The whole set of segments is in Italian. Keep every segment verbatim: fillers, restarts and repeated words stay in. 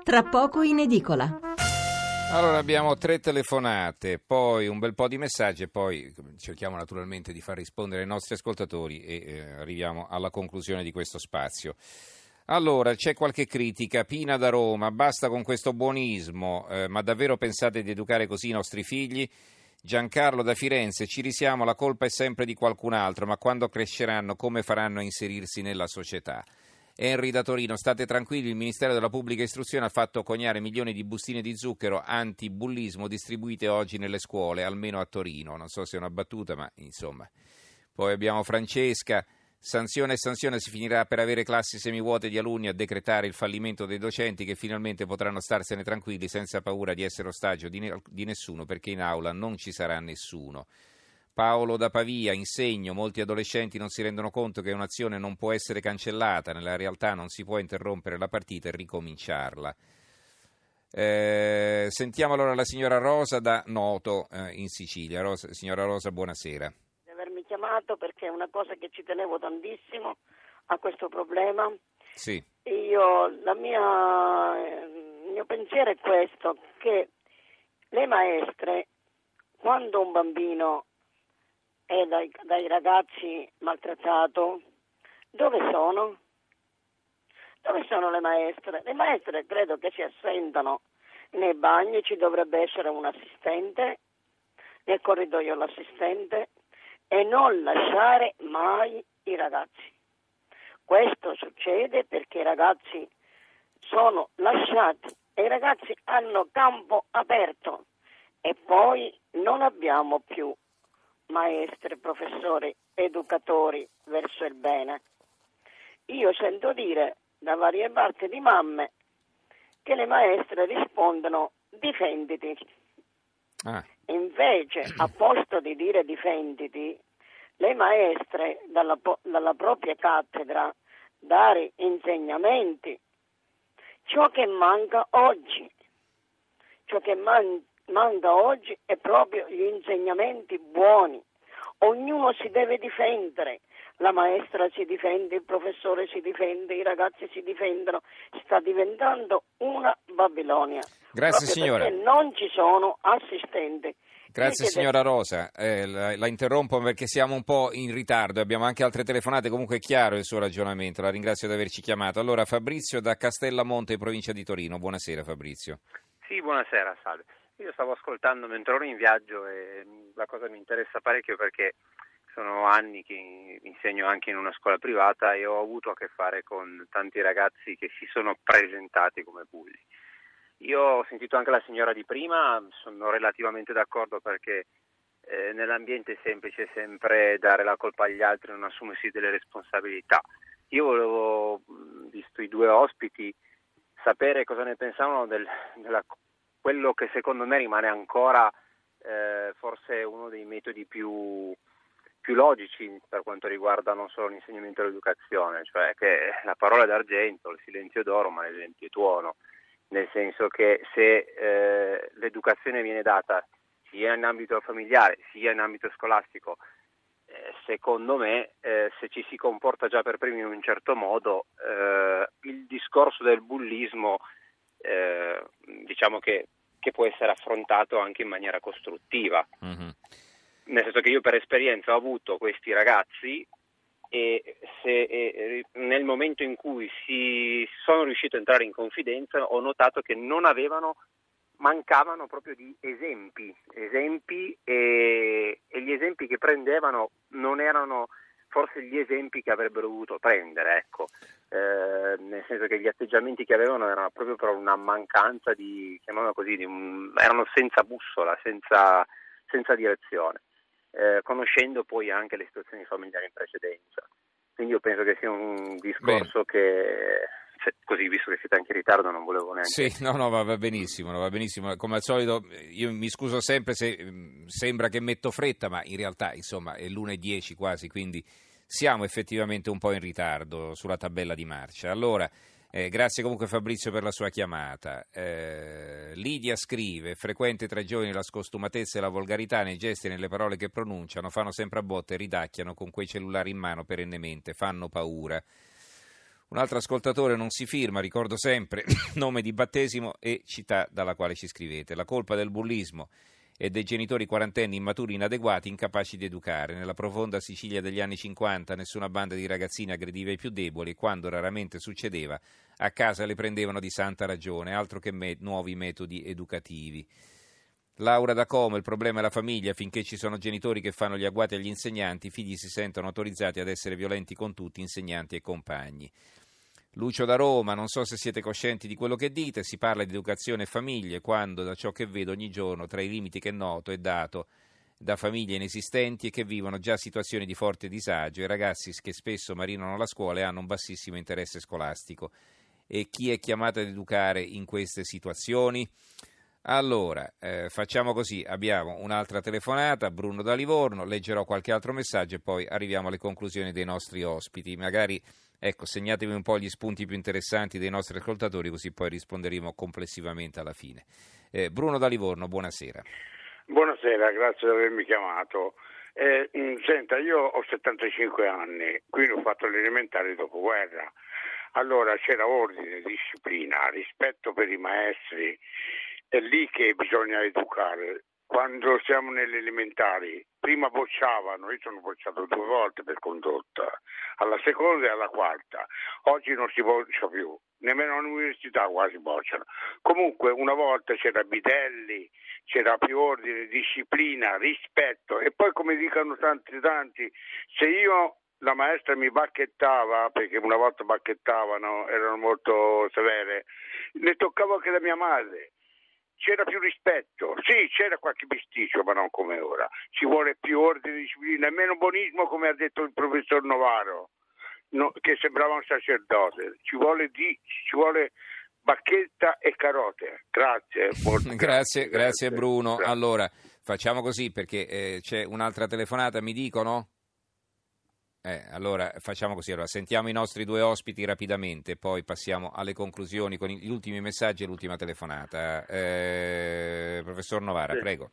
tra poco in edicola. Allora abbiamo tre telefonate, poi un bel po' di messaggi e poi cerchiamo naturalmente di far rispondere ai nostri ascoltatori e eh, arriviamo alla conclusione di questo spazio. Allora, c'è qualche critica. Pina da Roma: basta con questo buonismo, eh, ma davvero pensate di educare così i nostri figli? Giancarlo da Firenze: ci risiamo, la colpa è sempre di qualcun altro, ma quando cresceranno come faranno a inserirsi nella società? Henry da Torino: state tranquilli, il Ministero della Pubblica Istruzione ha fatto coniare milioni di bustine di zucchero anti-bullismo distribuite oggi nelle scuole, almeno a Torino. Non so se è una battuta, ma insomma. Poi abbiamo Francesca: sanzione e sanzione, si finirà per avere classi semivuote di alunni a decretare il fallimento dei docenti che finalmente potranno starsene tranquilli senza paura di essere ostaggio di, ne- di nessuno, perché in aula non ci sarà nessuno. Paolo da Pavia: insegno, molti adolescenti non si rendono conto che un'azione non può essere cancellata, nella realtà non si può interrompere la partita e ricominciarla. Eh, sentiamo allora la signora Rosa da Noto eh, in Sicilia. Rosa, signora Rosa, buonasera. Di avermi chiamato perché è una cosa che ci tenevo tantissimo a questo problema. Sì. Io, la mia, il mio pensiero è questo, che le maestre, quando un bambino è dai, dai ragazzi maltrattato, dove sono? Dove sono le maestre? Le maestre credo che si assentano nei bagni, ci dovrebbe essere un assistente, nel corridoio l'assistente, e non lasciare mai i ragazzi. Questo succede perché i ragazzi sono lasciati e i ragazzi hanno campo aperto e poi non abbiamo più maestre, professori, educatori verso il bene. Io sento dire da varie parti di mamme che le maestre rispondono difenditi. Ah. Invece, a posto di dire difenditi, le maestre dalla, dalla propria cattedra dare insegnamenti. Ciò che manca oggi, ciò che man- manca oggi è proprio gli insegnamenti buoni. Ognuno si deve difendere, la maestra si difende, il professore si difende, i ragazzi si difendono. Sta diventando una Babilonia. Grazie proprio signora. Perché non ci sono assistenti. Grazie signora Rosa, eh, la, la interrompo perché siamo un po' in ritardo, abbiamo anche altre telefonate, comunque è chiaro il suo ragionamento, la ringrazio di averci chiamato. Allora Fabrizio da Castellamonte in provincia di Torino, buonasera Fabrizio. Sì, buonasera, salve. Io stavo ascoltando mentre ero in viaggio e la cosa mi interessa parecchio perché sono anni che insegno anche in una scuola privata e ho avuto a che fare con tanti ragazzi che si sono presentati come bulli. Io ho sentito anche la signora di prima, sono relativamente d'accordo perché eh, nell'ambiente semplice sempre dare la colpa agli altri e non assumersi delle responsabilità. Io volevo, visto i due ospiti, sapere cosa ne pensavano del, della quello che secondo me rimane ancora eh, forse uno dei metodi più, più logici per quanto riguarda non solo l'insegnamento e l'educazione, cioè che la parola d'argento, il silenzio d'oro, ma l'esempio è tuono, nel senso che se eh, l'educazione viene data sia in ambito familiare sia in ambito scolastico, eh, secondo me eh, se ci si comporta già per primi in un certo modo, eh, il discorso del bullismo Eh, diciamo che, che può essere affrontato anche in maniera costruttiva, mm-hmm. Nel senso che io per esperienza ho avuto questi ragazzi e se e, nel momento in cui si sono riuscito a entrare in confidenza ho notato che non avevano mancavano proprio di esempi esempi e, e gli esempi che prendevano non erano forse gli esempi che avrebbero dovuto prendere, ecco, eh, nel senso che gli atteggiamenti che avevano erano proprio per una mancanza di, chiamiamola così, di un, erano senza bussola, senza, senza direzione, eh, conoscendo poi anche le situazioni familiari in precedenza. Quindi io penso che sia un discorso Bene. che, cioè, così visto che siete anche in ritardo non volevo neanche... Sì, no, no, va, va benissimo, va benissimo. Come al solito io mi scuso sempre se mh, sembra che metto fretta, ma in realtà insomma è l'una e dieci quasi, quindi siamo effettivamente un po' in ritardo sulla tabella di marcia. Allora, eh, grazie comunque Fabrizio per la sua chiamata. Eh, Lidia scrive: frequente tra i giovani la scostumatezza e la volgarità nei gesti e nelle parole che pronunciano, fanno sempre a botte e ridacchiano con quei cellulari in mano perennemente, fanno paura. Un altro ascoltatore non si firma, ricordo sempre nome di battesimo e città dalla quale ci scrivete. La colpa del bullismo e dei genitori quarantenni immaturi, inadeguati, incapaci di educare. Nella profonda Sicilia degli anni cinquanta nessuna banda di ragazzini aggrediva i più deboli e quando raramente succedeva a casa le prendevano di santa ragione, altro che me- nuovi metodi educativi. Laura da Como, il problema è la famiglia, finché ci sono genitori che fanno gli agguati agli insegnanti, i figli si sentono autorizzati ad essere violenti con tutti, insegnanti e compagni. Lucio da Roma, non so se siete coscienti di quello che dite, si parla di educazione e famiglie quando da ciò che vedo ogni giorno tra i limiti che noto è dato da famiglie inesistenti e che vivono già situazioni di forte disagio e ragazzi che spesso marinano la scuola e hanno un bassissimo interesse scolastico. E chi è chiamato ad educare in queste situazioni? Allora, eh, facciamo così, abbiamo un'altra telefonata, Bruno da Livorno, leggerò qualche altro messaggio e poi arriviamo alle conclusioni dei nostri ospiti. Magari, ecco, segnatevi un po' gli spunti più interessanti dei nostri ascoltatori, così poi risponderemo complessivamente alla fine. Eh, Bruno da Livorno, buonasera. Buonasera, grazie di avermi chiamato. Eh, senta, io ho settantacinque anni, quindi ho fatto l'elementare dopoguerra. Allora c'era ordine, disciplina, rispetto per i maestri. È lì che bisogna educare. Quando siamo nelle elementari, prima bocciavano, io sono bocciato due volte per condotta, alla seconda e alla quarta. Oggi non si boccia più, nemmeno all'università quasi bocciano. Comunque una volta c'era bidelli, c'era più ordine, disciplina, rispetto. E poi, come dicono tanti tanti, se io la maestra mi bacchettava, perché una volta bacchettavano, erano molto severe, ne toccavo anche la mia madre. C'era più rispetto, sì, c'era qualche bisticcio, ma non come ora. Ci vuole più ordine, disciplina e meno buonismo, come ha detto il professor Novaro, no, che sembrava un sacerdote. Ci vuole, di, ci vuole bacchetta e carote. Grazie. grazie, grazie, grazie Bruno. Grazie. Allora, facciamo così perché eh, c'è un'altra telefonata, mi dicono? Eh, allora facciamo così, allora, sentiamo i nostri due ospiti rapidamente, poi passiamo alle conclusioni con gli ultimi messaggi e l'ultima telefonata. Eh, professor Novara, sì. Prego.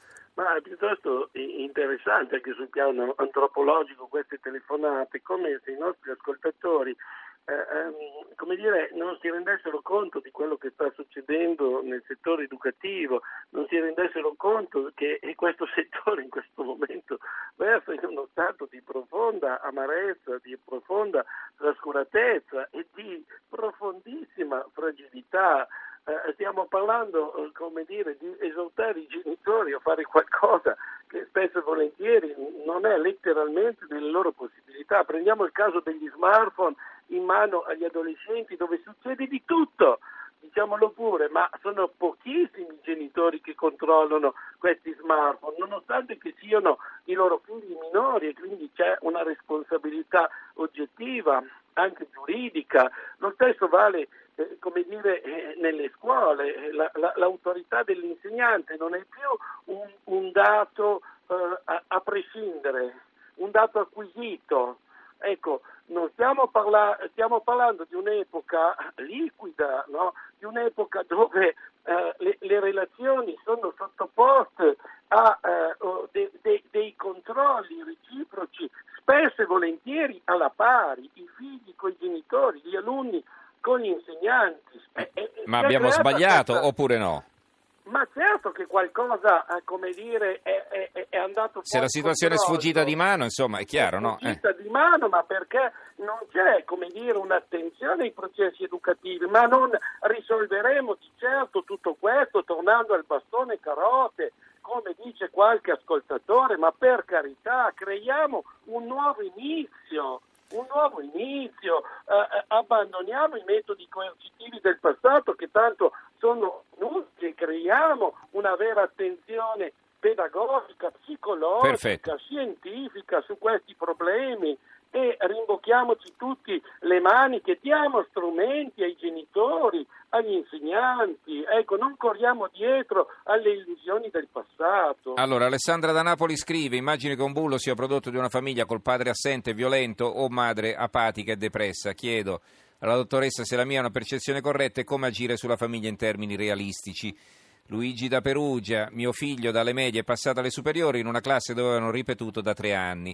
Ma è piuttosto interessante anche sul piano antropologico queste telefonate, come se i nostri ascoltatori eh, ehm, come dire, non si rendessero conto di quello che sta succedendo nel settore educativo, non si rendessero conto che questo settore in questo momento versa in uno stato di profonda amarezza, di profonda trascuratezza e di profondissima fragilità. Eh, stiamo parlando, eh, come dire, di esortare i genitori a fare qualcosa che spesso e volentieri non è letteralmente nelle loro possibilità. Prendiamo il caso degli smartphone in mano agli adolescenti, dove succede di tutto, diciamolo pure, ma sono pochissimi i genitori che controllano questi smartphone, nonostante che siano i loro figli minori, e quindi c'è una responsabilità oggettiva, anche giuridica. Lo stesso vale eh, come dire eh, nelle scuole. La, la, l'autorità dell'insegnante non è più un, un dato eh, a, a prescindere, un dato acquisito. Ecco, non stiamo, parla- stiamo parlando di un'epoca liquida, no? Di un'epoca dove eh, le, le relazioni sono sottoposte a eh, de- de- dei controlli reciproci, spesso e volentieri alla pari, i figli con i genitori, gli alunni con gli insegnanti. Eh, eh, ma abbiamo sbagliato questa... oppure no? Ma certo che qualcosa, eh, come dire, è, è, è andato fuori. Se la situazione controllo. è sfuggita di mano, insomma, è chiaro, è no? sfuggita eh. di mano, ma perché non c'è, come dire, un'attenzione ai processi educativi, ma non risolveremo di certo tutto questo tornando al bastone e carote, come dice qualche ascoltatore, ma per carità, creiamo un nuovo inizio. Un nuovo inizio, eh, abbandoniamo i metodi coercitivi del passato che tanto sono inutili, creiamo una vera attenzione pedagogica, psicologica, Perfetto. scientifica su questi problemi e rimbocchiamoci tutti le maniche, diamo strumenti ai genitori, agli insegnanti, ecco, non corriamo dietro alle illusioni del passato. Allora, Alessandra da Napoli scrive: immagino che un bullo sia prodotto di una famiglia col padre assente, violento o madre apatica e depressa. Chiedo alla dottoressa se la mia è una percezione corretta e come agire sulla famiglia in termini realistici. Luigi da Perugia: mio figlio dalle medie è passato alle superiori in una classe dove avevano ripetuto da tre anni.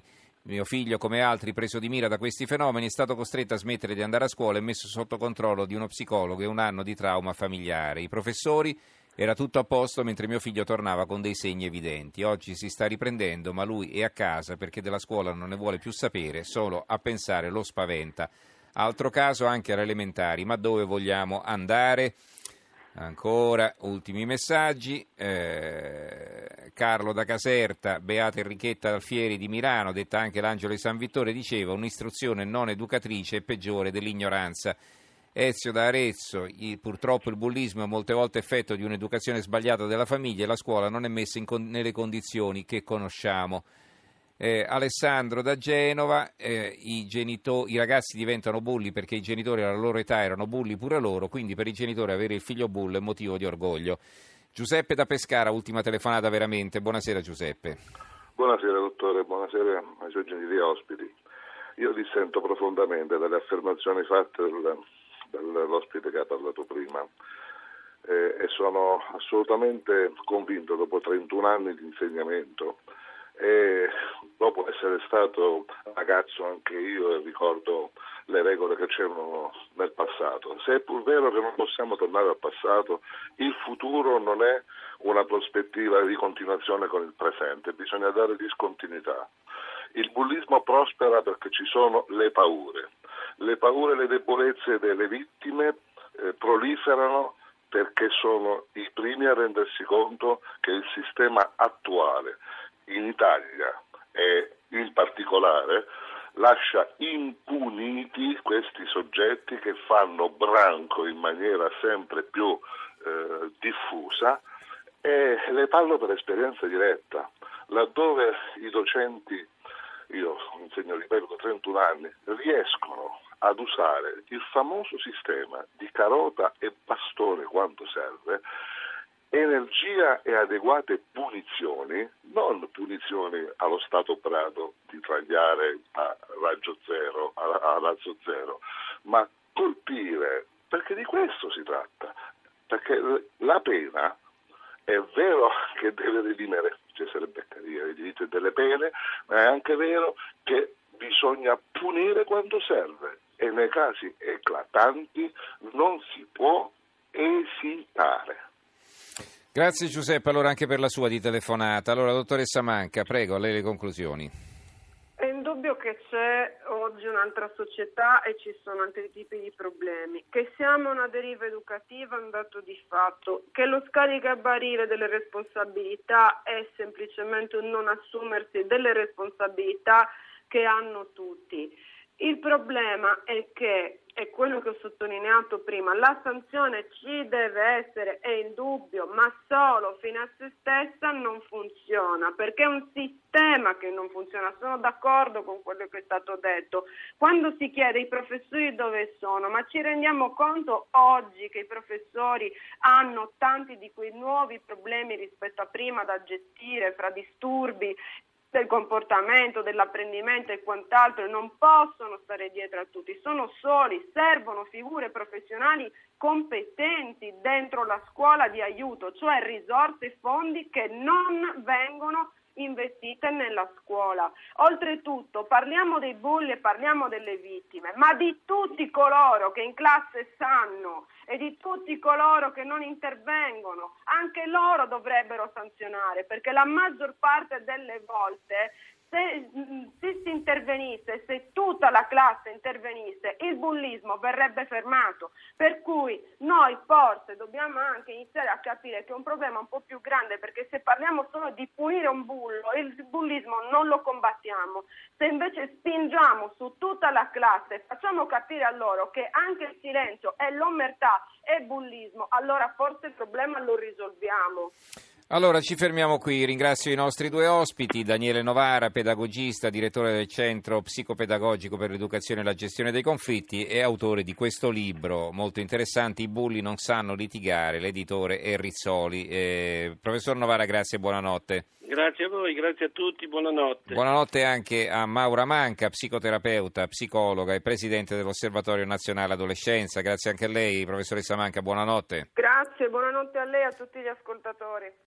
Mio figlio, come altri, preso di mira da questi fenomeni, è stato costretto a smettere di andare a scuola e messo sotto controllo di uno psicologo e un anno di trauma familiare. I professori, era tutto a posto mentre mio figlio tornava con dei segni evidenti. Oggi si sta riprendendo, ma lui è a casa perché della scuola non ne vuole più sapere, solo a pensare lo spaventa. Altro caso anche alle elementari, ma dove vogliamo andare? Ancora, ultimi messaggi. Eh, Carlo da Caserta, Beata Enrichetta Alfieri di Milano, detta anche l'Angelo di San Vittore, diceva: un'istruzione non educatrice è peggiore dell'ignoranza. Ezio da Arezzo, il, purtroppo il bullismo è molte volte effetto di un'educazione sbagliata della famiglia e la scuola non è messa in con, nelle condizioni che conosciamo. Eh, Alessandro da Genova, eh, i, genito- i ragazzi diventano bulli perché i genitori alla loro età erano bulli pure loro, quindi per i genitori avere il figlio bullo è motivo di orgoglio. Giuseppe da Pescara, ultima telefonata veramente. Buonasera Giuseppe. Buonasera dottore, buonasera ai suoi gentili ospiti. Io dissento profondamente dalle affermazioni fatte dal, dall'ospite che ha parlato prima eh, e sono assolutamente convinto, dopo trentuno anni di insegnamento e dopo essere stato ragazzo anche io e ricordo le regole che c'erano nel passato. Se è pur vero che non possiamo tornare al passato, il futuro non è una prospettiva di continuazione con il presente, bisogna dare discontinuità. Il bullismo prospera perché ci sono le paure. Le paure e le debolezze delle vittime eh, proliferano perché sono i primi a rendersi conto che il sistema attuale in Italia e in particolare lascia impuniti questi soggetti che fanno branco in maniera sempre più eh, diffusa, e le parlo per esperienza diretta, laddove i docenti, io insegno, ripeto, da trentuno anni, riescono ad usare il famoso sistema di carota e bastone quando serve, energia e adeguate punizioni, non punizioni allo stato brado di tagliare a raggio zero, a, a razzo zero, ma colpire, perché di questo si tratta, perché la pena è vero che deve redimere Cesare Beccaria, i diritti delle pene, ma è anche vero che bisogna punire quando serve e nei casi eclatanti non si può esitare. Grazie Giuseppe, allora anche per la sua di telefonata. Allora dottoressa Manca, prego, a lei le conclusioni. È indubbio che c'è oggi un'altra società e ci sono altri tipi di problemi. Che siamo una deriva educativa è un dato di fatto. Che lo scaricabarile delle responsabilità è semplicemente un non assumersi delle responsabilità che hanno tutti. Il problema è che, è quello che ho sottolineato prima, la sanzione ci deve essere, è indubbio, ma solo fino a se stessa non funziona, perché è un sistema che non funziona. Sono d'accordo con quello che è stato detto. Quando si chiede i professori dove sono, ma ci rendiamo conto oggi che i professori hanno tanti di quei nuovi problemi rispetto a prima da gestire, fra disturbi del comportamento, dell'apprendimento e quant'altro, non possono stare dietro a tutti, sono soli, servono figure professionali competenti dentro la scuola di aiuto, cioè risorse e fondi che non vengono investite nella scuola. Oltretutto parliamo dei bulli e parliamo delle vittime, ma di tutti coloro che in classe sanno e di tutti coloro che non intervengono, anche loro dovrebbero sanzionare, perché la maggior parte delle volte se, se si intervenisse, se tutta la classe intervenisse, il bullismo verrebbe fermato. Per cui noi forse dobbiamo anche iniziare a capire che è un problema un po' più grande, perché se parliamo solo di punire un bullo, il bullismo non lo combattiamo. Se invece spingiamo su tutta la classe e facciamo capire a loro che anche il silenzio e l'omertà è bullismo, allora forse il problema lo risolviamo. Allora ci fermiamo qui, ringrazio i nostri due ospiti, Daniele Novara, pedagogista, direttore del Centro Psicopedagogico per l'Educazione e la Gestione dei Conflitti e autore di questo libro molto interessante, I bulli non sanno litigare, l'editore è Rizzoli. Eh, professor Novara, grazie e buonanotte. Grazie a voi, grazie a tutti, buonanotte. Buonanotte anche a Maura Manca, psicoterapeuta, psicologa e presidente dell'Osservatorio Nazionale Adolescenza. Grazie anche a lei, professoressa Manca, buonanotte. Grazie, buonanotte a lei e a tutti gli ascoltatori.